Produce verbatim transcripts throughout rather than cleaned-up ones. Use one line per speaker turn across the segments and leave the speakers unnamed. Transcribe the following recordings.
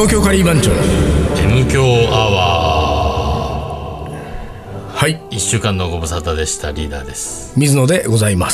東京カリー番長
M 強アワ
ー。はい、
ー、いっしゅうかんのご無沙汰でした。リーダーです。
水野でございます。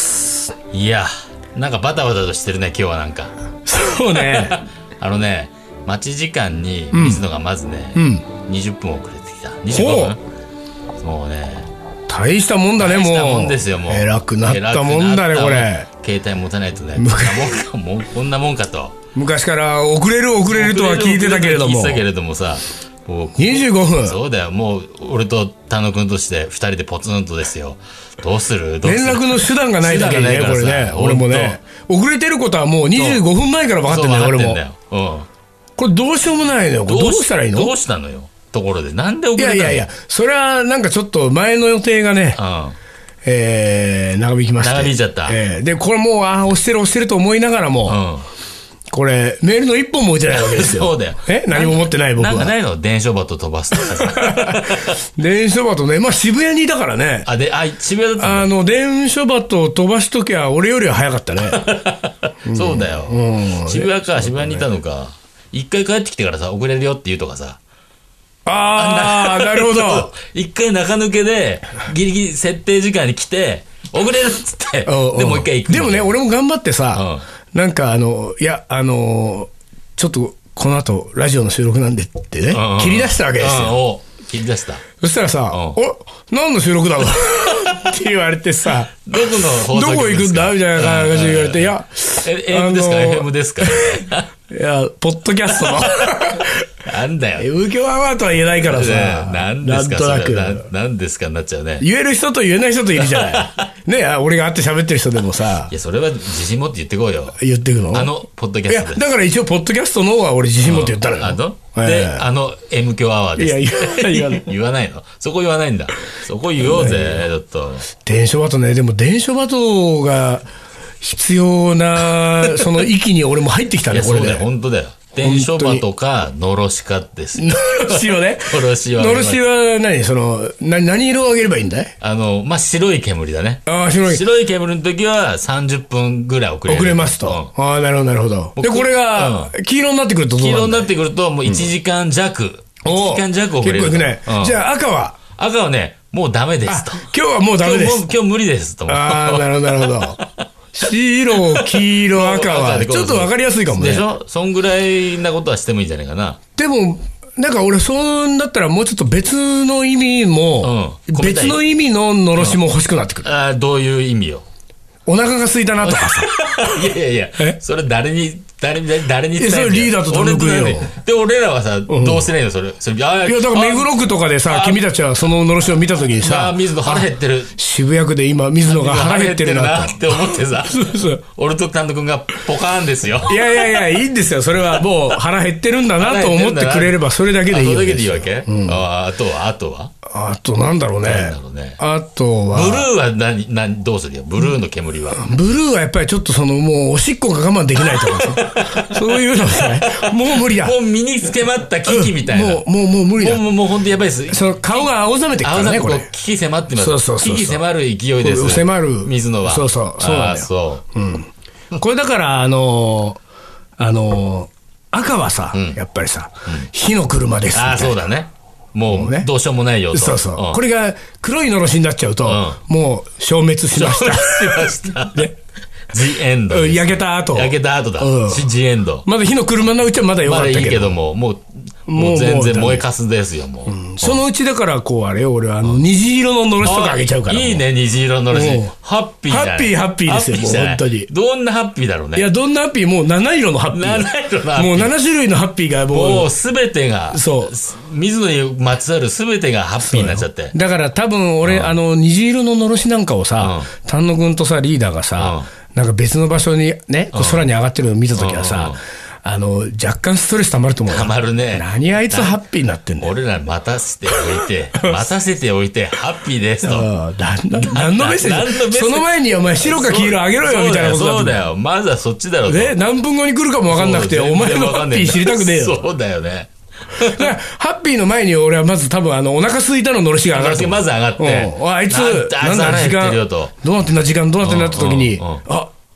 いや、なんかバタバタとしてるね、今日は。なんか
そうね
あのね、待ち時間に水野がまずね、うん、にじゅっぷん遅れてきた。にじゅうごふん。もうね、
大したもんだね。もう
大したもんですよ。もう
偉くなったもんだね、これ。
携帯持たないとね、こんなもんか、もうこんなもんかと。
昔から遅れる遅れるとは聞いてたけれども、
聞いてたけれどもさ、もう
にじゅうごふん。
そうだよ。もう俺と丹野くんとしてふたりでポツンとですよ。どうするどうする
連絡の手段がないだけにね、これね。俺もね、遅れてることはもうにじゅうごふんまえから分かってんだよ、俺も。うん。これどうしようもないのよ。どうしたらいいの？
どうしたのよ。ところでなんで遅れたの？
いやいやいや、それはなんかちょっと前の予定がね、うん、えー、長引きました。
長引いちゃった。
えー、でこれもうああ押してる押してると思いながらも。うん、これメールの一本も打てないわけですよ。
そうだよ。
え、何も持ってない僕は。
なんかないの？電書バト飛ばすとか。
電書バトね、まあ渋谷にいたからね。
あ、で、あ、渋谷だったんだ。
あの電書バト飛ばしときゃ俺よりは早かったね。
そうだよ。うん、渋谷か、渋谷にいたのか。一回帰ってきてからさ、遅れるよって言うとかさ。
ああ、なるほど。
一回中抜けでギリギリ設定時間に来て遅れるっつって、でもう一回行く。
でもね、俺も頑張ってさ。うん、なんかあの、いや、あのー、ちょっとこの後ラジオの収録なんでってね、うんうん、切り出したわけですよ。
切り出した。
そしたらさ、お、何の収録だろうって言われてさ、
どこの放送局ですか？どこ
行くんだみたいな感じで言われて、いや、
エーエム ですか エフエム ですか？
いや、ポッドキャストの。
なんだよ。
M 強アワーとは言えないからさ。
なんですか、
なんとな
く。なんですかになっちゃうね。
言える人と言えない人といるじゃない。ね、俺が会って喋ってる人でもさ。
いや、それは自信持って言ってこうよ。
言ってくの？
あの、ポッドキャストで。
いや、だから一応、ポッドキャストの方は俺自信持って言ったのよ。
あので、あの、M 強アワーです。
いや、言わない。
言わないの？そこ言わないんだ。そこ言おうぜ、ちょっと。
電書バトね、でも電書バトが必要な、その域に俺も入ってきたね、これで。
そうだよ、本当だよ。電書バトか、のろしかですよ。
のろしをね。
のろしは。
のろしは何その、な、何色をあげればいいんだい？
あの、まあ、白い煙だね。
ああ、白い。
白い煙の時はさんじゅっぷんぐらい遅れる。
遅れますと。うん、ああ、なるほど、なるほど。で、これが、黄色になってくるとどうなんだい？
黄色になってくると、もういちじかん弱。うん、いちじかん弱遅れる。
結構いくね。うん、じゃあ赤は？
赤はね、もうダメですと。
今日はもうダメです。
今日、今日無理ですと。
ああ、なるほど、なるほど。白、黄色、赤は、ちょっと分かりやすいかもね。
でしょ？そんぐらいなことはしてもいいんじゃないかな。
でも、なんか俺、そうだったらもうちょっと別の意味も、うん、別の意味ののろしも欲しくなってくる。
うん、ああ、どういう意味よ。
お腹が空いたなとかさ。
いやいやいや、それ誰に、誰に、誰に伝えるの？
それリーダーと丹野くんよ。
で、俺らはさ、どうしてないのそれ。それ、あ
いや、だから目黒区とかでさ、君たちはそののろしを見たときにさ、
あ、水野腹減ってる。
渋谷区で今、水野が腹減ってるな
って思ってさ、そうそう。俺と丹野くんがポカーンですよ。
いやいやいや、いいんですよ。それはもう腹減ってるんだなと思ってくれれば、それだけでいいわけですよ。
それだけでいいわけ？うん、ああとは、あとは
あと、なんだろうね。
なんだろうね。
あとは。
ブルーは何、何、どうするよ。ブルーの煙は。
ブルーはやっぱりちょっとその、もう、おしっこが我慢できないとか、そういうのね。もう無理だ。
もう身につけまった危機みたいな。
もう、もう、もう無理だ。
もう、もう本当やばいです。
その顔が青ざめてくからね、これ。
危機迫ってます。
そうそうそう。
危機迫る勢いです。
迫る。
水野は。
そうそう。そうなんだよ。
そう。
うん。これだから、あの、あの、赤はさ、やっぱりさ、火の車です。
ああ、そうだね。もう、どうしようもないよと。
そうそう。これが黒いのろしになっちゃうと、もう消滅しました。
消滅しました。ね。The end。
焼けた後。
焼けた後だ。The end。
まだ火の車のうちはまだよかったけど。
まだいいけども、もう、もう全然燃えかすですよ、もう。
そのうちだから、こう、あれよ、俺は、あの、虹色ののろしとかあげちゃうから。
いいね、虹色ののろし。ハッピーじゃない。
ハッピー、ハッピーですよ、もう、本当に。
どんなハッピーだろうね。
いや、どんなハッピー、もうなな色のハッピー。
なな色のハッピー。
もうなな種類のハッピーが、もう。
もうすべてが、
そう。
水野にまつわるすべてがハッピーになっちゃって。
だから多分、俺、あの、虹色ののろしなんかをさ、丹野くんとさ、リーダーがさ、なんか別の場所にね、空に上がってるのを見たときはさ、あの、若干ストレス溜まると思うよ。
溜まるね。
何あいつハッピーになってんだよ。
俺ら待たせておいて、待たせておいて、ハッピーですと。
何のメッセージ？その前にお前白か黄色あげろよみたいなことだ。
そうだよ。まずはそっちだろうと。
ね、何分後に来るかも分かんなくて、お前のハッピー知りたくねえよ。
そうだよね。
ハッピーの前に俺はまず多分あのお腹空いたののろしが上がる。
まず上がって。
あいつ、なんだ時間、どうなってんだ時間、どうなってんだって時に、あ、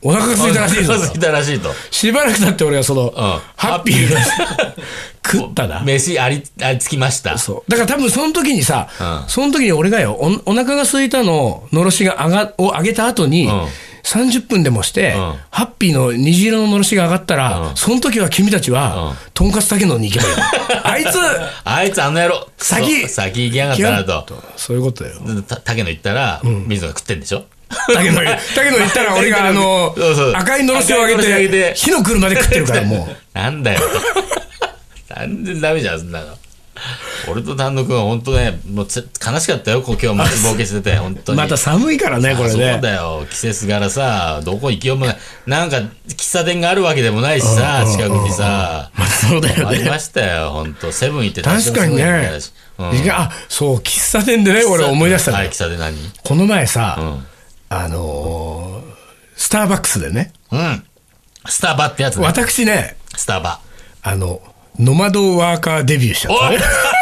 お腹が空いたらしいぞ
お腹が空いたらしいと。
しばらく経って俺がその、ハッピーな食ったな。
飯あり、ありつきました。
そう。だから多分その時にさ、その時に俺がよ、お、お腹が空いたの、のろしが上が、を上げた後に、さんじゅっぷんでもして、ハッピーの虹色ののろしが上がったら、その時は君たちは、とんかつ竹野に行けばいい。あいつ
あいつあの野郎
先
先行きやがったなと。
そういうことよ。
竹野行ったら、水野が食ってんでしょ。
竹野行ったら俺があの、赤いのろしを上げて、火の車で食ってるからもう。
なんだよ。なんでダメじゃん、そんなの。俺と丹野くんは本当ね、もう悲しかったよ、今日待ちぼうけしてて、本当に。
また寒いからね、これね。
そうだよ、季節柄さ、どこ行きようもない。なんか、喫茶店があるわけでもないしさ、近くにさ。
そうだよね。
ありましたよ、本当セブン行って
確かにね。あ、そう、喫茶店でね、俺思い出したの。
はい、喫茶店何？
この前さ、あの、スターバックスでね。
うん。スタバってやつね。
私ね、
スタバ。
あの、ノマドワーカーデビューしちゃったね。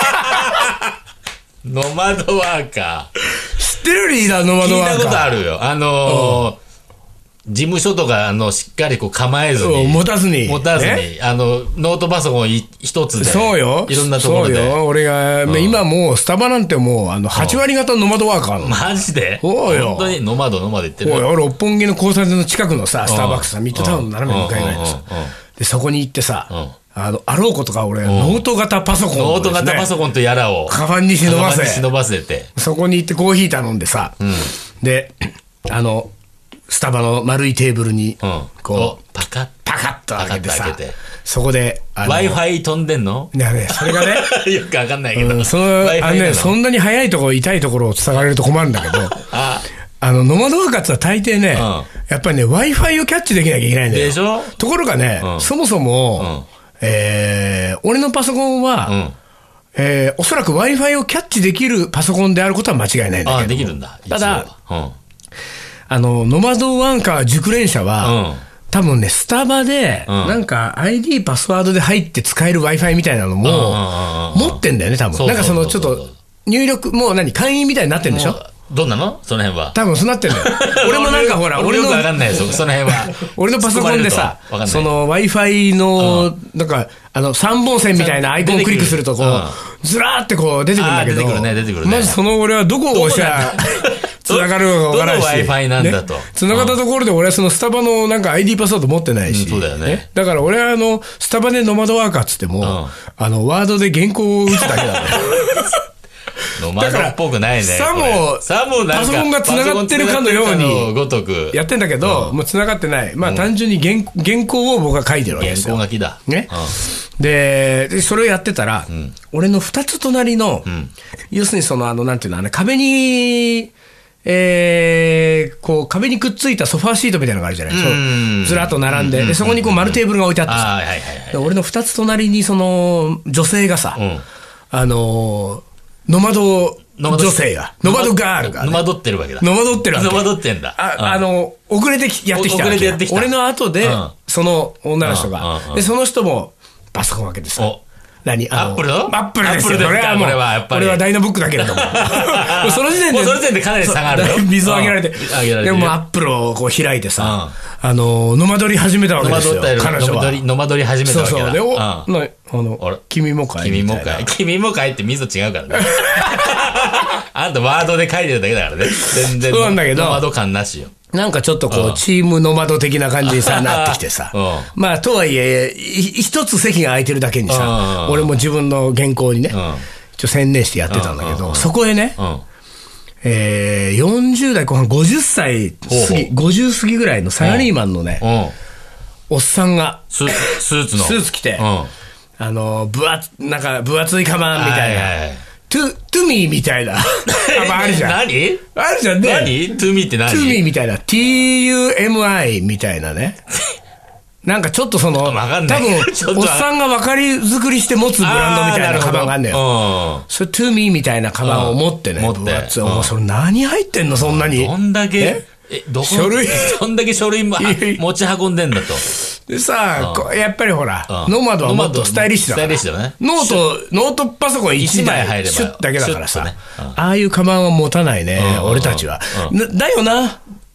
ノマドワーカ
ー。知ってるリーダー、ノマドワーカー。
聞いたことあるよ。あのー、事務所とか、あの、しっかりこう構えずに。
持たずに。
持たずに。あの、ノートパソコン一つで。
そうよ。
いろんなところで。
そうよ。俺が、うん、今もう、スタバなんてもう、あの、はち割方ノマドワーカーの。
マジで？
そうよ。
本当にノマド、ノマド言ってる。
そうよ。六本木の交差点の近くのさ、スターバックスさ、ミッドタウンの斜め向かいぐらいのさ。で、そこに行ってさ、あの、あろうことか俺、ノート型パソコンを、ね。
ノート型パソコンとやらを。
カバンに忍ばせ。
カバンに忍ばせて。
そこに行ってコーヒー頼んでさ、うん、で、あの、スタバの丸いテーブルに、こう、
パカッ、
パカッと開けてさ、そこで、
Wi-Fi 飛んでんの？
いやね、それがね、
よくわかんないけど。
うん、その、あのね、そんなに早いところ、痛いところを伝われると困るんだけど、ああの、ノマドワーカーって大抵ね、うん、やっぱりね、Wi-Fi をキャッチできなきゃいけないんだよ。
でしょ？
ところがね、うん、そもそも、うんえー、俺のパソコンは、うんえー、おそらく Wi-Fi をキャッチできるパソコンであることは間違いないんだけど。
ああ、できるんだ。
ただ、うん、あの、ノマドワーカー熟練者は、うん、多分ね、スタバで、うん、なんか アイディー パスワードで入って使える Wi-Fi みたいなのも、持ってんだよね、多分。なんかその、ちょっと、入力、もう何、会員みたいになってんでしょ？
どんなのその辺は。
多分そうなってんだよ。俺もなんかほら、
俺の。よくわかんないですよ、その辺は。
俺のパソコンでさ、その Wi-Fi の、なんか、あの、三本線みたいなアイコンをクリックすると、こう、ずらーってこう出てくるんだけど。
出てくるね、出てくるね。
まずその俺はどこを押しゃ、繋がるのかわからないし。
どの Wi-Fi なんだと。
繋がったところで俺はそのスタバのなんか アイディー パスワード持ってないし。
そうだよね。
だから俺はあの、スタバでノマドワーカーっつっても、あの、ワードで原稿を打つだけだね。
ノマドっぽくないね。
さも、
さも
パソコンが繋がってるかのように、
ごとく
やってんだけど、もう繋がってない。まあ単純に原原稿を僕は書いてるわけですよ。
原稿書きだ。
ね。で、それをやってたら、俺の二つ隣の、要するにその、あの、なんていうの、あの、壁に、えー、こう、壁にくっついたソファーシートみたいなのがあるじゃないですか。ずらっと並んで、で、そこにこう丸テーブルが置いてあってさ、俺の二つ隣にその、女性がさ、あの、ノマド女性が、ノマドガールが、
ノマドってるわけだ。
ノマドってるわけ。
ノマドってんだ。
あ、あの、遅れてやってきた。
遅れてやってきた。
俺の後で、その女の人が、で、その人もパソコン開けてさ、何
アップル
アップルですよ。これはもう、俺はダイナブックだけれども。その時点で、
その時点でかなり差があるよ。
水をあげられて。でもアップルをこう開いてさ、あの、ノマドり始めたわけですよ。彼女は。
ノマドり始めたわけだ。
そうそう。で、お、あの、君もかい。
君もかい。君もかいって水と違うからね。あんたワードで書いてるだけだからね。全然。
そうなんだけど。
ノマド感なしよ。
なんかちょっとこう、チームノマド的な感じにさ、なってきてさ。まあ、とはいえ、一つ席が空いてるだけにさ、俺も自分の原稿にね、ちょっと専念してやってたんだけど、そこへね、えー、よんじゅう代後半ごじゅっさい過ぎ、ごじゅう過ぎぐらいのサラリーマンのね、おっさんが、
スーツの。
スーツ着て、あの、分厚、なんか分厚いカバンみたいな。トゥ、トゥミーみたいな。あ、あるじゃん。
何
あるじゃんね。
何トゥミーって何
トゥミーみたいな。ティーユーエムアイ みたいなね。なんかちょっとその、多分、おっさんが分かり作りして持つブランドみたいなカバンがあるんだよ。それ、トゥミーみたいなカバンを持ってね。持って。お、それ何入ってんのそんなに。
どんだけ、え、どこ書類どんだけ書類も持ち運んでんだと。
でさ、やっぱりほら、ノマドはもっとスタイリッシュだから。
スタイリッシュだね。
ノート、ノートパソコンいちまい入れば。シュッだけだからさ。ああいうカバンは持たないね、俺たちは。だよな。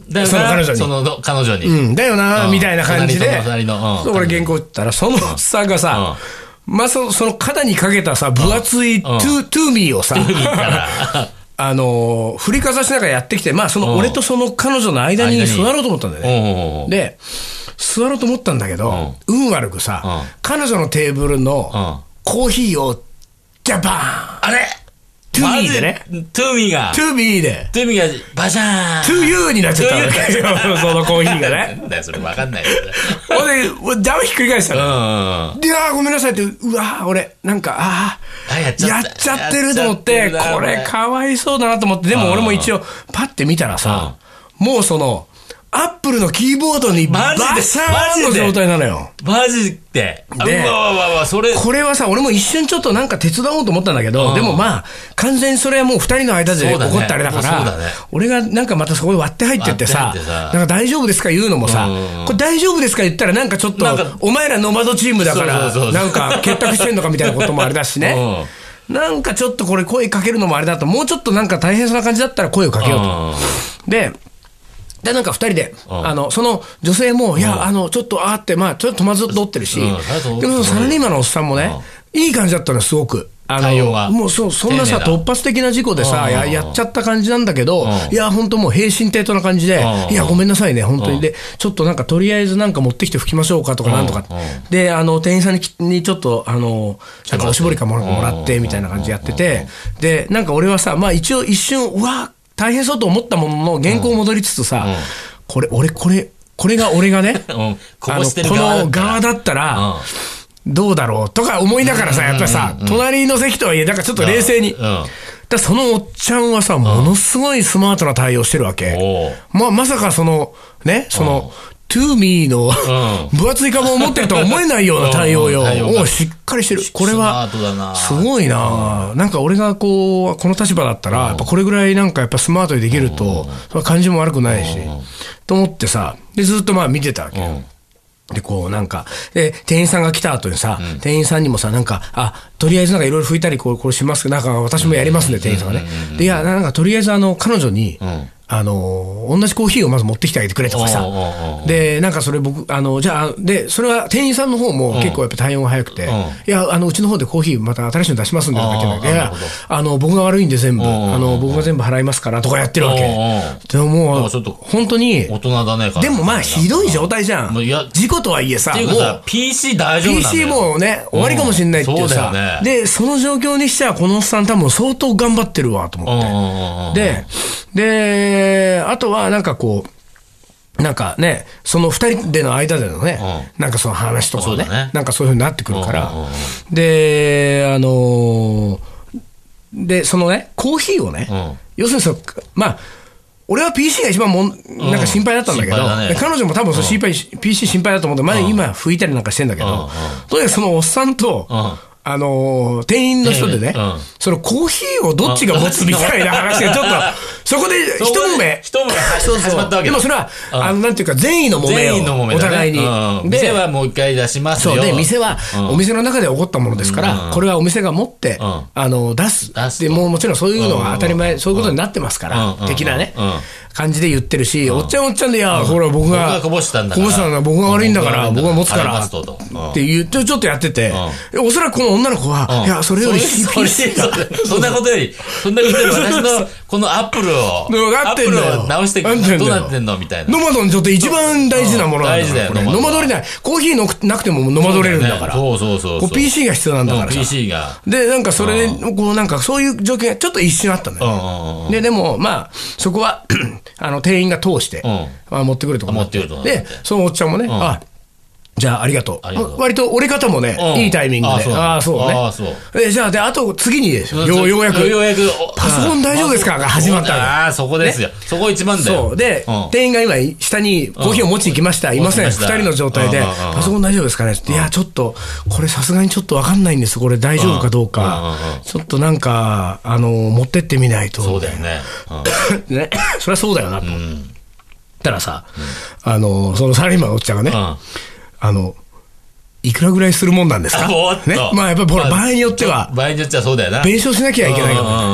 だよな
その彼女に。
その彼女に。
うん、だよな、
うん
みたいな感じで。
隣の隣のうん
そう、俺原稿打ったら、そのおっさんがさ、まあ、そその肩にかけたさ、分厚いトゥ、トゥーミーをさ、あのー、振りかざしながらやってきて、まあ、その俺とその彼女の間に座ろうと思ったんだよね。で、座ろうと思ったんだけど、運悪くさ、彼女のテーブルのコーヒーを、ジャバーン
あれ
トゥーミーでね。
トゥーミーが。
トゥーミーで。
トゥーミーがバシャーン。
トゥーユーになっちゃったわけ。そのコーヒーがね。
なんだよ、それわかんないよ。
ほんで、俺ダメひっくり返した
の。
いやーごめんなさいって、うわー俺、なんか、あ
あ、やっちゃった。
やっちゃってると思って、これかわいそうだなと思って、でも俺も一応、パッて見たらさ、もうその、アップルのキーボードにバシャーンの状態なのよ。
マジで。
で、
うわわわわ、それ。
これはさ、俺も一瞬ちょっとなんか手伝おうと思ったんだけど、でもまあ、完全にそれはもう二人の間で起こったあれだから、俺がなんかまたそこで割って入ってってさ、なんか大丈夫ですか言うのもさ、これ大丈夫ですか言ったらなんかちょっと、お前らノマドチームだから、なんか結託してんのかみたいなこともあれだしね。なんかちょっとこれ声かけるのもあれだと、もうちょっとなんか大変そうな感じだったら声をかけようと。で、で、なんか二人で、あの、その女性も、いや、あの、ちょっと、あーって、まあ、ちょっと戸惑ってるし、でも、サラリーマンのおっさんもね、いい感じだったの、すごく。あの、もう、そ、そんなさ、突発的な事故でさ、や、やっちゃった感じなんだけど、いや、本当もう、平身低頭な感じで、いや、ごめんなさいね、本当に。で、ちょっとなんか、とりあえずなんか持ってきて拭きましょうかとか、なんとか。で、あの、店員さんに、にちょっと、あの、なんか、おしぼりかもらって、みたいな感じでやってて、で、なんか俺はさ、まあ、一応一瞬、うわ、大変そうと思ったものの、原稿戻りつつさ、これ、俺、これ、これが俺がね、あの、この側だったら、どうだろうとか思いながらさ、やっぱりさ、隣の席とはいえ、なんかちょっと冷静に。だそのおっちゃんはさ、ものすごいスマートな対応してるわけ。まあ、まさかその、ね、その、トゥーミーの分厚いカバンを持ってるとは思えないような対応よ。をしっかりしてる。これは、すごいな。なんか俺がこう、この立場だったら、やっぱこれぐらいなんかやっぱスマートにできると、感じも悪くないし、と思ってさ、で、ずっとまあ見てたわけよ。で、こうなんか、で、店員さんが来た後にさ、店員さんにもさ、なんか、あ、とりあえずなんかいろいろ拭いたり、こう、これしますけど、なんか私もやりますね、店員さんがね。で、いや、なんかとりあえずあの、彼女に、あの、同じコーヒーをまず持ってきてあげてくれとかさ。で、なんかそれ僕、あの、じゃあ、で、それは店員さんの方も結構やっぱ対応が早くて、いや、あの、うちの方でコーヒーまた新しいの出しますんでとか言ってんだけど、いや、あの、僕が悪いんで全部、あの、僕が全部払いますからとかやってるわけ。でももう、本当に、
大人だね、
でもまあひどい状態じゃん。事故とはいえさ、もう、
ピーシー 大丈夫なんだよ。
ピーシー もね、終わりかもしれないっていうさ、で、その状況にしてはこのおっさん多分相当頑張ってるわと思って。で、で、あとはなんかこう、なんかね、その二人での間でのね、うん、なんかその話とかね、ねなんかそういうふうになってくるから、うんうんうん、で、あのー、で、そのね、コーヒーをね、うん、要するにその、まあ、俺は ピーシー が一番もんなんか心配だったんだけど、うんね、彼女も多分その心配、うん、ピーシー 心配だと思って、まだ今拭いたりなんかしてんだけど、うんうん、とにかくそのおっさんと、うんあのー、店員の人でね、うん、そのコーヒーをどっちが持つみたいな話がちょっと、そこで一揉め。
一揉め始まったわけ
でもそれは、うん、あの、なんていうか、善意の揉めよ。お互いに。
うん、で、店はもう一回出しますよ。
そうで、店は、お店の中で起こったものですから、うん、これはお店が持って、うん、あの、出す。出すで、もうもちろんそういうのは当たり前、うん、そういうことになってますから、うん、的なね。うん感じで言ってるし、うん、おっちゃんおっちゃんで、いや、ほら、僕が、僕が
こぼしたんだから。
こぼしたんだ、僕が悪いんだから、僕が持つから、って言って、ちょっとやってて、おそらくこの女の子は、いや、それより シーピーシー が。
そんなことより、そんなことより、私の、このアップルを、アップルを直して、どうなってんのみたいな。
ノマドにとって一番大事なものなんだから。
大事だよ、
ノマドれない。コーヒーなくてもノマドれるんだから。
そうそうそう。
ピーシー が必要なんだからさ。
ピーシー が。
で、なんかそれで、こうなんかそういう状況がちょっと一瞬あったんだよ。で、でも、まあ、そこは、あの、店員が通して、うん、持ってくるとか
持ってくると
で、そのおっちゃんもね、うん、あ、じゃあありがとう。う割と折れ方もね、うん、いいタイミングで。ああ、そうね。あそうえじゃあ、で、あと次にですよ。ようやく。
ようやく。
パソコン大丈夫ですかが始まった
ああ、そこですよ。そこ一番だよ。
そう。で、うん、店員が今、下にコーヒーを持ちに来ました。いません。二人の状態で、パソコン大丈夫ですかねって。いや、ちょっと、これさすがにちょっとわかんないんです。これ大丈夫かどうか。ちょっとなんか、あの、持ってってみないと。
そうだよね。
ね。そりゃそうだよなと。たらさ、うん、あの、そのサラリーマンのおっちゃんがね、うん、あの、いくらぐらいするもんなんですかね。まあやっぱり場合によっては、
場合によってはそうだよな。
弁償しなきゃいけないか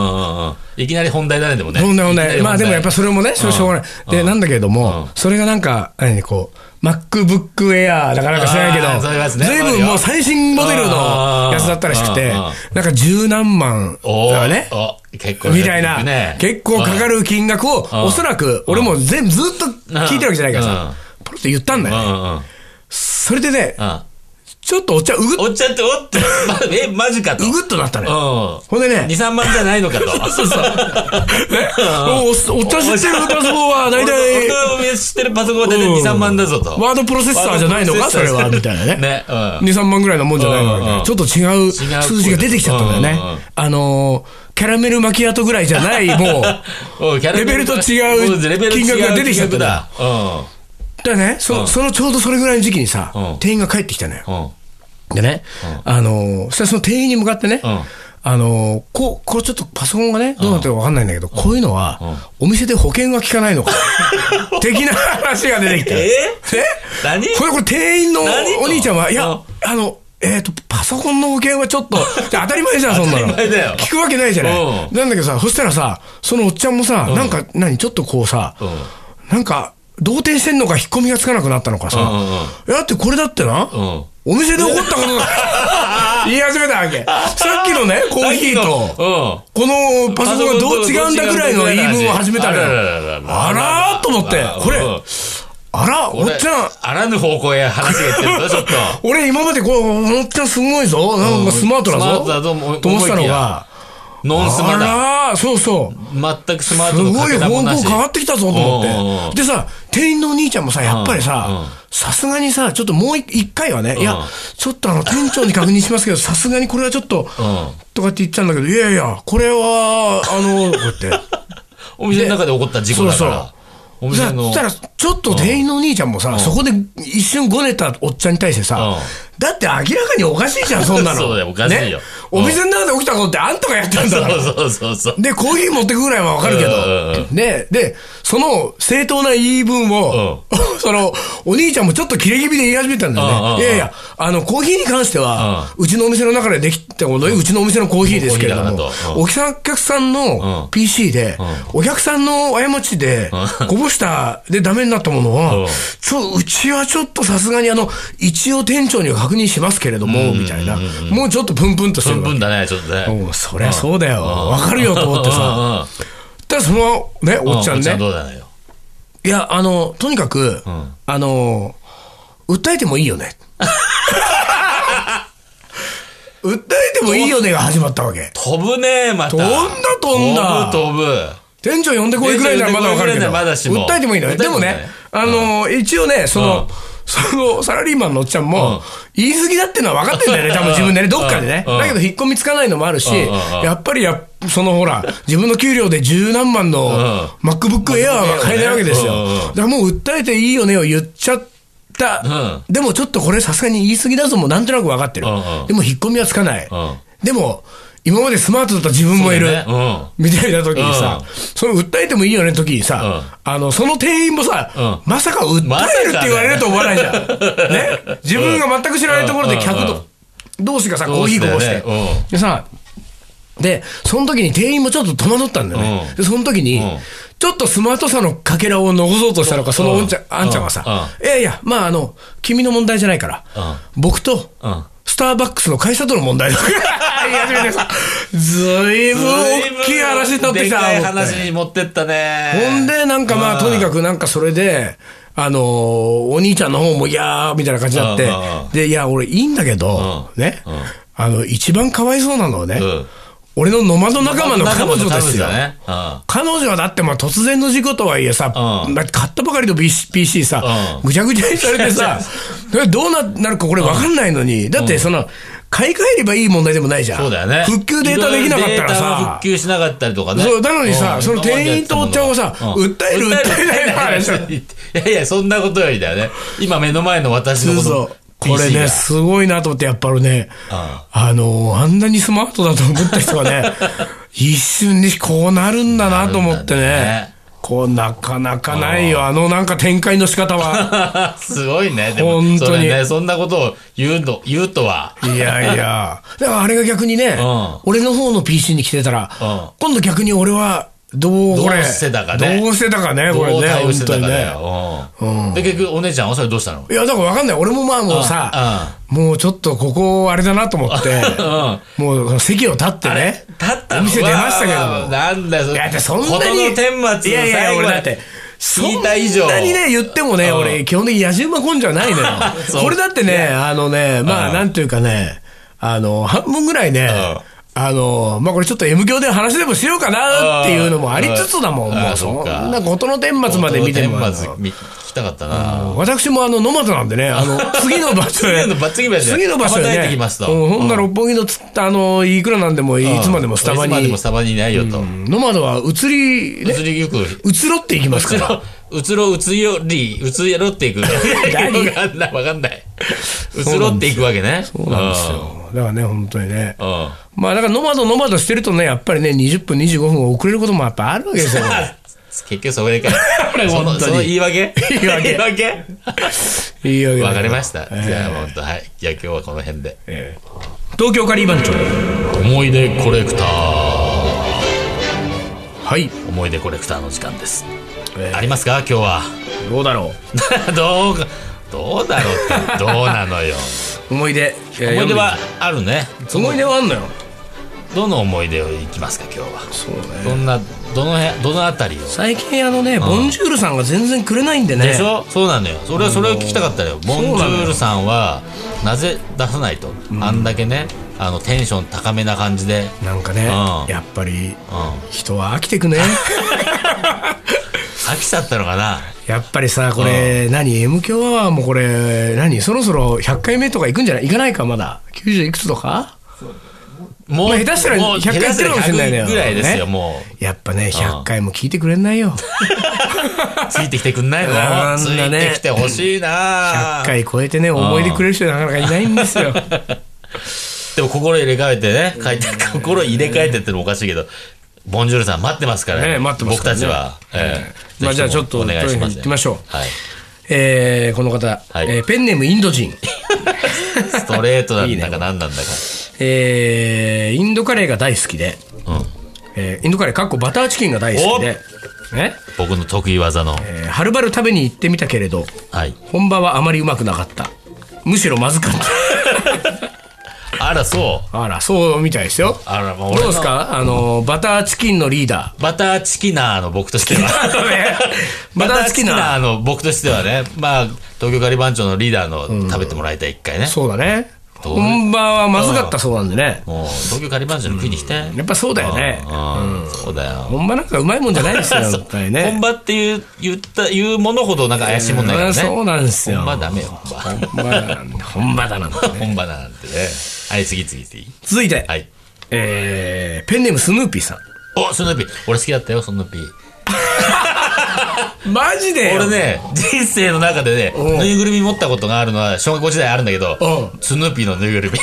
いきなり本題だね、でもね。
本題本題。まあでもやっぱそれもね、それしょうがない。で、なんだけれども、それがなんか、何こう、MacBook Air だからなんか知らないけど、ずいぶんもう最新モデルのやつだったらしくて、なんか十何万だね。
結構
みたいな、結構かかる金額を、おそらく、俺も全部ずっと聞いてるわけじゃないからさ、ポロッと言ったんだよ。それでね、ちょっとお茶うぐっと。
お茶っておって、え、マジかと。
うぐっとなったね。ほんでね。
に、さんまんじゃないのかと。
そうそう。お茶知ってるパソコンは大体。
僕が知ってるパソコンは大体に、さんまんだぞと。
ワードプロセッサーじゃないのかそれは。みたいなね。ね。に、さんまんぐらいのもんじゃないのか。ちょっと違う数字が出てきちゃったんだよね。あの、キャラメルマキアートぐらいじゃない、もう、レベルと違う金額が出てきちゃったんだ。だね、そのちょうどそれぐらいの時期にさ、店員が帰ってきたのよ。でね、あの、そしたらその店員に向かってね、あの、こう、これちょっとパソコンがね、どうなってるかわかんないんだけど、こういうのは、お店で保険が効かないのか、的な話が出てきて。
え何
これ、これ店員のお兄ちゃんは、いや、あの、えっと、パソコンの保険はちょっと、当たり前じゃん、そんなの。
当たり前だよ。
聞くわけないじゃない。なんだけどさ、そしたらさ、そのおっちゃんもさ、なんか、何、ちょっとこうさ、なんか、動転してんのか引っ込みがつかなくなったのかさ、だってこれだってな、お店で起こったことだ言い始めたわけ。さっきのね、コーヒーと、このパソコンがどう違うんだぐらいの言い分を始めたのよ。あらーと思って、これ、あら、おっちゃん。
あらぬ方向へ話がいってるぞ、ちょっと。
俺今までこう、おっちゃんすごいぞ、なんかスマートだぞ、と思ってたのが、
ノンスマだ。
あら、そうそう。
全くスマートの
かけらもなし。すごい方向変わってきたぞと思って。でさ、店員のお兄ちゃんもさ、やっぱりさ、さすがにさ、ちょっともう一回はね、いや、ちょっとあの、店長に確認しますけど、さすがにこれはちょっと、とかって言っちゃうんだけど、いやいや、これは、あの、こうやって。
お店の中で起こった事故だから。お店の。
そしたら、ちょっと店員のお兄ちゃんもさ、そこで一瞬ごねたおっちゃんに対してさ、だって明らかにおかしいじゃん、そんなの。
そうだよ、おかしいよ。
お店の中で起きたことってあんたがやったんだから。
そうそうそう。
で、コーヒー持ってくぐらいはわかるけど。ね、で、その正当な言い分を、その、お兄ちゃんもちょっと切れ気味で言い始めたんだよね。いやいや、あの、コーヒーに関しては、うちのお店の中でできたもの、うちのお店のコーヒーですけれども、お客さんの ピーシー で、お客さんの過ちで、こぼしたでダメになったものは、ちょ、うちはちょっとさすがにあの、一応店長には確認しますけれども、みたいな。もうちょっとプンプンとする。
プンプンだね、ちょっとね。
そりゃそうだよ。わかるよと思ってさ。ただそのね、おっちゃんね。いや、あの、とにかく、あの、訴えてもいいよね。訴えてもいいよねが始まったわけ。
飛ぶね、また。
飛んだ飛んだ。
飛ぶ飛ぶ。
店長呼んでこいくらいならまだわかるけど。訴えてもいいのよ。でもね、あの、一応ね、その、そのサラリーマンのおっちゃんも、言い過ぎだってのは分かってんだよね、多分自分でね、どっかでね。だけど引っ込みつかないのもあるし、やっぱりや、そのほら、自分の給料で十何万の MacBook Air は買えないわけですよ。だからもう訴えていいよねを言っちゃった。でもちょっとこれさすがに言い過ぎだぞもなんとなく分かってる。でも引っ込みはつかない。でも、今までスマートだった自分もいる、ねうん、みたいな時にさ、うん、その訴えてもいいよね時にさ、うん、あのその店員もさ、うん、まさか訴えるって言われると思わないじゃん、ね、自分が全く知らないところで客と、うん、同士がさコーヒーこぼして、ねうん、でさでその時に店員もちょっと戸惑ったんだよね、うん、でその時に、うん、ちょっとスマートさのかけらを残そうとしたのかそのおんちゃん、うん、あんちゃんはさ、うん、いやいやまああの君の問題じゃないから、うん、僕と、うんスターバックスの会社との問題だから言い始めてさ、ずいぶん大きい話になってきた。
でかい話に持ってったね。
ほんで、なんかまあ、とにかくなんかそれで、あのー、お兄ちゃんの方も、いやー、みたいな感じになって、で、いや、俺いいんだけど、ね、あの、一番かわいそうなのはね、俺のノマド仲間の彼女ですよ。ねうん、彼女はだってまあ突然の事故とはいえさ、うん、買ったばかりの ピーシー さ、うん、ぐちゃぐちゃにされてさ、どうなるかこれ分かんないのに、うん、だってその、買い替えればいい問題でもないじゃん。
そうだよね。
復旧データできなかったらさ。
復旧しなかったりとかね。
そう、なのにさ、うん、その店員とおっちゃんをさ、うん、訴える訴えないの話。
いやいや、そんなことよりだよね。今目の前の私のこと。そうそう
これね、すごいなと思って、やっぱりね、ああ、あの、あんなにスマートだと思った人がね、一瞬にこうなるんだなと思ってね、ねここうなかなかないよ、あのなんか展開の仕方は。
すごいね。でも
本当に
それね、そんなことを言うの、言うとは。
いやいや。だからあれが逆にね、
うん
俺の方の ピーシー に来てたら、
うん
今度逆に俺は、どう、これ。
どうしてたかね
どうしてたかね、これね。
どう対応してたか
本当にね。
だよ。うんで、結局、お姉ちゃんはそれどうしたの？
いや、だからわかんない。俺もまあもうさ、もうちょっとここあれだなと思って、
うん
もう席を立ってね。
立ったの
お店出ましたけど
うわーなんだよ、そ
いや、だってそんなに。
事の顛末の
いやいや、
最後まで
俺だって。
聞いた以上
そんなにね、言ってもね、
うん
俺、基本的に野じ馬根性はないのよ。
そう
これだってね、あのね、まあ、
うん
なんていうかね、あの、半分ぐらいね、あの、まあ、これちょっと M 響で話でもしようかなっていうのもありつつだもん、
うん
もう、そ
そうか
んな事の顛末まで見ても。
事の顛末見聞きたかったな。
私もあの、ノマドなんでね、あの、次の場所へ。
次の場次の場所へ
次の場所へ
羽ばたい
ね。
てきますと
うんほんなら六本木のつあの、いくらなんでもいつまでもスタバに。
いつまでもスタバにいないよと。
ノマドは移り、ね、
移りゆく。
移ろっていきますから。
うつろ、うつろ、うつより、うつやろっていく。
何
わかんない、わかんない。うつろっていくわけね。
そうなんですよ。だからね、本当にね。
うん。うん。
まあ、だからノマドノマドしてるとね、やっぱりね、にじゅっぷん、にじゅうごふん遅れることもやっぱあるわけですよ。
結局それか。その、
本当に
その言い訳
言い訳
言い訳
いいわけだ
わかりました。
えー
じゃあ、本当はい。じゃあ今日はこの辺で。
えー東京カリー番長。
思い出コレクター。
はい。
思い出コレクターの時間です。
えー
ありますか今日は。
どうだろ
どうか、どうだろうって、どうなのよ。
う。思い出。
思い出はあるね。
思い出はあんのよ。
どの思い出をいきますか今日は。
そうね。
どんな、どの辺、どのあたりを。
最近あのね、ボンジュールさんが全然くれないんでね。
でしょそうなのよ。それはそれを聞きたかったよ。ボンジュールさんはなぜ出さないと、あんだけね、あのテンション高めな感じで。
なんかね、
うん
やっぱり
うん。
人は飽きてくね。
飽きちゃったのかな。
やっぱりさ、これ、何、M 響アワーもこれ、何、そろそろひゃっかいめとか行くんじゃない、行かないか、まだ。きゅうじゅういくつとか
もう、
まあ下手したら
もう
ひゃっかい行ってるかもしれないのよ
下手したらひゃくぐらいですよ、
ね
もう。
やっぱね、ひゃっかいも聞いてくれないよ。
ついてきてくんないの
あん
つ
なね
いてきてほしいな
ひゃっかい超えてね、思い出くれる人なかなかいないんですよ。
でも心入れ替えてね、書いて、心入れ替えてってのもおかしいけど、ボンジュールさん待ってますから
ね待ってますからね
僕たちは。ええ
まあじゃあちょっと
お願いしますよ。
行きましょう
はい。
えーこの方、
はい
えーペンネームインド人。
ストレートなん
いいね
だか何なんだか。
えーインドカレーが大好きで、
うん。
えーインドカレー、かっこバターチキンが大好きで、ね
僕の得意技の。
えーはるばる食べに行ってみたけれど、
はい。
本場はあまりうまくなかった。むしろまずかった。
あら、そう。
あら、そうみたいですよ。
あら、もう
どうですかあの、バターチキンのリーダ
バターチキナーの僕としては。
バターチキナー
バターの僕としてはね、まあ、東京ガリ番長のリーダーの食べてもらいたい、一回ね
ー。。そうだね。
どう
本場はまずかったそうなんでね。
もう、東京ガリ番長の食いに来て。
やっぱそうだよね。
うん、そうだよ。
本場なんかうまいもんじゃないですよ、やっぱりね。
本場っていう言った言うものほどなんか怪しいもんないからね。
そうなんですよ。
本場ダメよ、本場。
本場だなんだ。本場だなんだね。
本場だなんてね。はい、次次次。
続いて、
はい。
えーペンネームスヌーピーさん。
お、スヌーピー。俺好きだったよ、スヌーピー。
マジで
俺ね、人生の中でね、
うん
ぬいぐるみ持ったことがあるのは小学校時代あるんだけど
う、
スヌーピーのぬいぐるみ。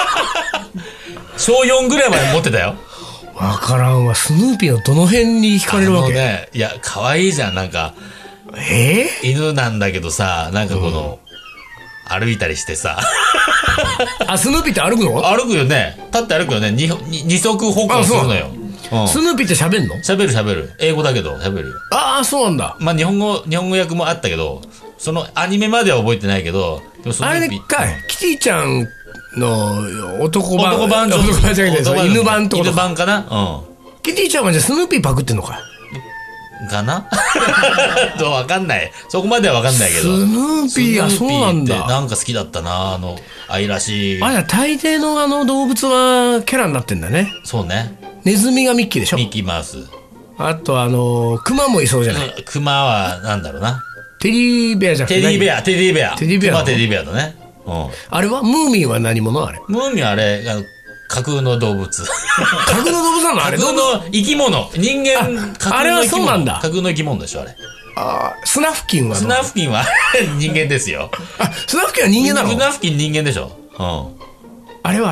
小よんぐらいまで持ってたよ。
わからんわ。スヌーピーのどの辺に惹かれるわけ、
あのね、いや、可愛いじゃん、なんか。
え
犬なんだけどさ、なんかこの、歩いたりしてさ。
ー、あ、スヌーピーって歩くの
歩くよね。立って歩くよね。二二二足歩行するのよ。うん。
スヌーピーって喋んの
喋る喋る。英語だけど喋るよ。
ああ、そうなんだ。
まあ日本語、日本語訳もあったけど、そのアニメまでは覚えてないけど、でもその
あれでかい。キティちゃんの男版。
男版
男版じゃなくて、その犬版ってこと
犬
か。
版かな
キティちゃんはじゃあスヌーピーパクってんのか。
うん。かなどうわかんない。そこまではわかんないけ
ス
ど。
ヌーピー、あ、そうなんだ。
スヌーピーってなんか好きだったな、あの、愛らしい。
あ、じゃあ大抵のあの動物はキャラになってんだね。
そうね。
ネズミがミッキーでしょ。
ミッキーマウス。
あとあのー、クマもいそうじゃない。
うんクマはなんだろうな。
テディベアじゃなくてア。
テディベア、テディベア。
テディベア
クマはテディベアだね。うん。
あれはムーミンは何者あれ。
ムーミンはあれ、あの架空の動物。
架空の動物なのあれ。
架空の生き物。人間、架
あれは
空の生き物。
そうなんだ
架空の生き物でしょ、あれ。
あースナフキンは
スナフキンは人間ですよ。
あ、スナフキンは人間なの
スナフキン人間でしょ。うん。
あれはあれは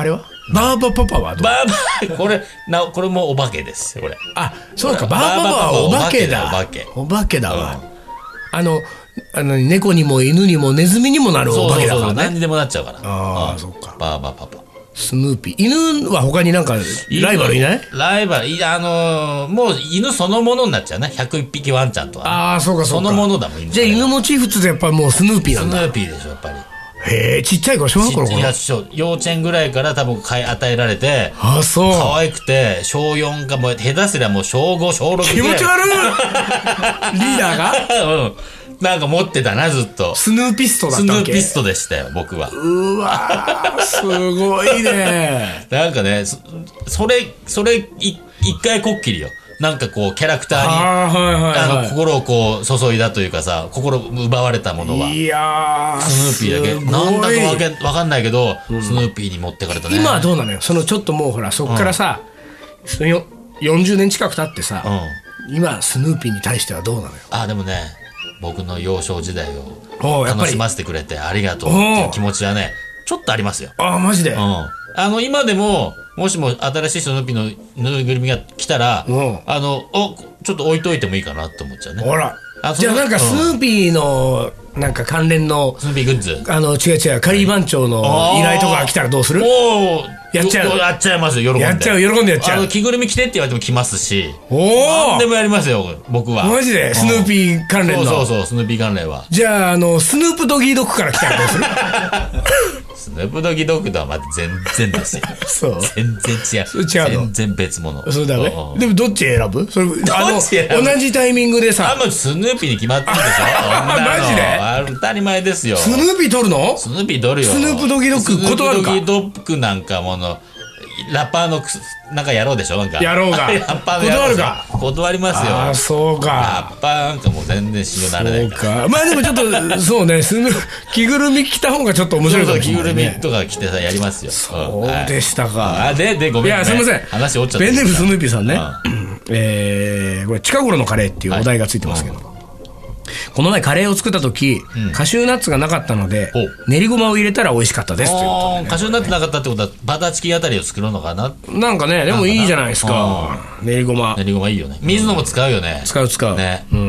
バーバパパはどう？
バーバこれなこれもお化けですこれ。
あ、そうか、バーバパパはお化けだ。
お化け
お化けだわ。あのあの猫にも犬にもネズミにもなるお化けだからね。
そうそうそう、何にでもなっちゃうから。
ああ、そっか。
バーバパパ。
スヌーピー。犬は他になんかライバルいない？
ライバルいや、あのー、もう犬そのものになっちゃうね。ひゃくいっぴきワンちゃんとは、ね、
ああ、そうかそうか。
そのものだもん。
じゃあ犬モチーフってやっぱりもうスヌーピーなんだ。
スヌーピーでしょやっぱり。
へえ、ちっちゃい頃小学校の頃。
いや幼稚園ぐらいから多分与えられて、
あ、そう。
可愛くて小よんかもう下手すりゃもう小ご小ろく
気持ち悪い。リーダーが
うん、なんか持ってたなずっと。
スヌーピストだったわけ。
スヌーピストでしたよ僕は。
うわー、すごいね。
なんかね、そそれそれい一回こっきりよ。なんかこうキャラクターに
あ、はいはいはい、
あの心をこう注いだというかさ、心奪われたものは。
いやー、
スヌーピーだけなんだかわけわかんないけど、うん、スヌーピーに持ってかれたね。
今はどうなのよ。そのちょっともうほらそっからさ、うん、そのよよんじゅうねん近く経ってさ、うん、今スヌーピーに対してはどうなのよ。
あ、でもね、僕の幼少時代を楽しませてくれてありがとうっていう気持ちはねちょっとありますよ。
あ、マジで。
うん、あの今でももしも新しいスヌーピーのぬいぐるみが来たら、うん、あのおちょっと置いといてもいいかなって思っちゃうね。
ほら、じゃあなんかスヌーピーのなんか関連の
スヌーピーグッズ、
あの違う違う、カリー番長の依頼とか来たらどうする？
お
やっちゃう。
やっちゃいますよ、喜んで。
やっちゃう、喜んでやっちゃう。
あの着ぐるみ着てって言われても着ますし、
お
何でもやりますよ僕は。
マジでスヌーピー関連の。
そうそうそう、スヌーピー関連は。
じゃあ、あのスヌープドギードッグから来たらどうする？
スヌープドギードッグとはまた全然ですよ。
そう。
全然違う。
違うの。
全然別物。
そうだね。でもどっち選ぶ？それあの同じタイミングでさ。
あ、もうスヌーピーに決まってるでしょ。
マ
ジで？当たり前ですよ。
スヌーピー取るの？
スヌーピー取るよ。
スヌープドギードッグ断るか？
スヌープドギードッグなんかもの。ラッパーのなんかやろうでしょ、なんか
やろうが
ラッパーのやろうでしょ。断るか？断りますよ。
ああ、そうか。
ラッパーなんかもう全然信用ならないから。
そうか。まあでもちょっとそうね、スヌ着ぐるみ着た方がちょっと面白いかもしれないね。
着ぐるみとか着てさやりますよ。
そうでしたか。
あ、ででごめんね。
いや、すみません。
話折っちゃった。
ベンネルスヌーピーさんね、えー、これ近頃のカレーっていうお題がついてますけど、この前カレーを作った時、うん、カシューナッツがなかったので練りごまを入れたら美味しかったですということで、ね、
カシューナッツなかったってことはバターチキンあたりを作るのかな。
なんかね、でもいいじゃないですか、練りごま。
練りごまいいよね。水野も使うよね。
使う使う、ね、うん、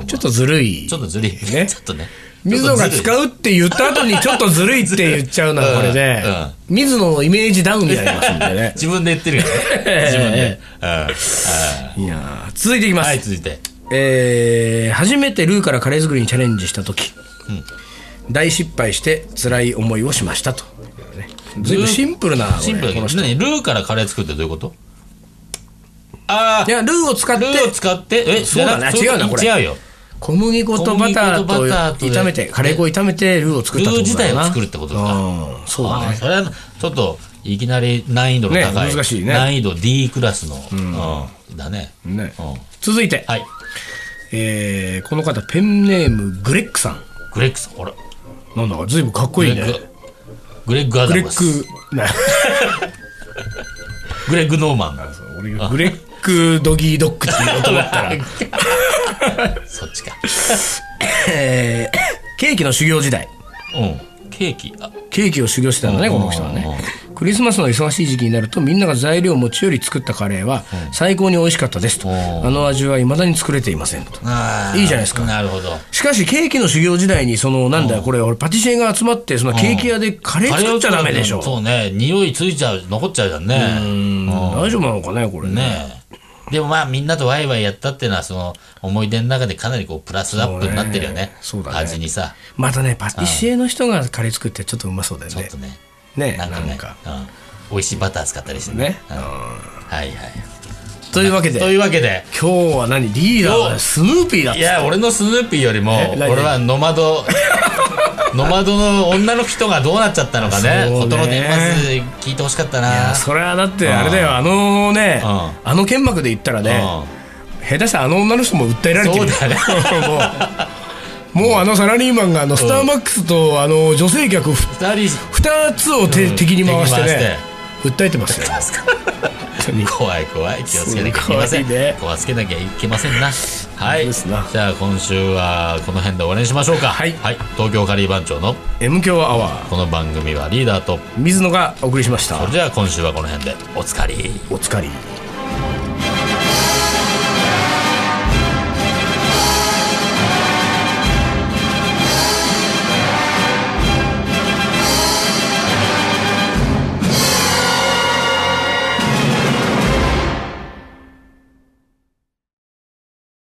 ちょっとずるい、
ちょっとずるいね。ちょっとね、
水野が使うって言った後にちょっとずるいって言っちゃうのはこれで、うんうん、水野のイメージダウンになりますんでね。
自分で言ってるよね。自分で、
うん、いや続いていきます。
はい、続いて、
えー、初めてルーからカレー作りにチャレンジした時、うん、大失敗して辛い思いをしましたと、ね、ずいぶんシンプルな。
シンプルだけど、何ルーからカレー作るってどういうこと？ああ、
いや、ルーを使って、
ルーを使って、え、
そうだね、違うな、これ
違うよ。
小麦粉とバターと炒めて、カレー粉を炒めてルーを作ったってことだな。
ルー自体を作るってことか。
うん、そうだね。
それはちょっといきなり難易度の高い、
ね、難しいね、
難易度 D クラスの、うんうん、だね。
ね、うん、続いて、
はい、
えー、この方ペンネームグレッグさん。
グレッグさん、ほら、
なんだかずいぶんかっこいいね。
グレッグアダムス。
グレッグ
グレッグノーマン。
俺がグレッグドギードッグって言おうと思ったら
そっちか。
えー、ケーキの修行時代。
うん、ケーキ、あ、ケ
ーキを修行してたのね、この人はね。クリスマスの忙しい時期になるとみんなが材料を持ち寄り作ったカレーは最高に美味しかったですと、あの味は未だに作れていませんと。いいじゃないですか。
なるほど。
しかしケーキの修行時代にそのなんだこれ俺パティシエが集まってそのケーキ屋でカレー作っちゃダメでしょ。
そうね、匂いついちゃう、残っちゃうじゃんね。
うん、大丈夫なのかねこれ ね,
ね。でもまあみんなとワイワイやったっていうのはその思い出の中でかなりこうプラスアップになってるよね。
そうだね。
味にさ。
またねパティシエの人がカレー作ってちょっとうまそうだよね。
ちょっとね。
ね、
なんかね、うん、美味しいバター使ったりして
ね。
うん、はいはい。
というわけで、
というわけで
今日は何リーダーはスヌーピーだった。
いや俺のスヌーピーよりも俺はノマドノマドの女の人がどうなっちゃったのかね。ことの点まず聞いてほしかったな。いや
それはだってあれだよ、あのね、うん、あの剣幕で言ったらね、うん、下手したらあの女の人も訴えられてる。
そうだね。
もうもうあのサラリーマンがあのスターマックスとあの女性客ふたつをて、うん、敵に回してね、うん、訴えてますよ。 当に
怖い怖い、気をつけなきゃいけません。
すごいね
気をつけなきゃいけませんな。はい。
ですな
じゃあ今週はこの辺で終わりにしましょうか。
はい
東京カリー番長の
M 強アワー
この番組はリーダーと、
水野がお送りしました。
それでは今週はこの辺でおつかり。
おつかり。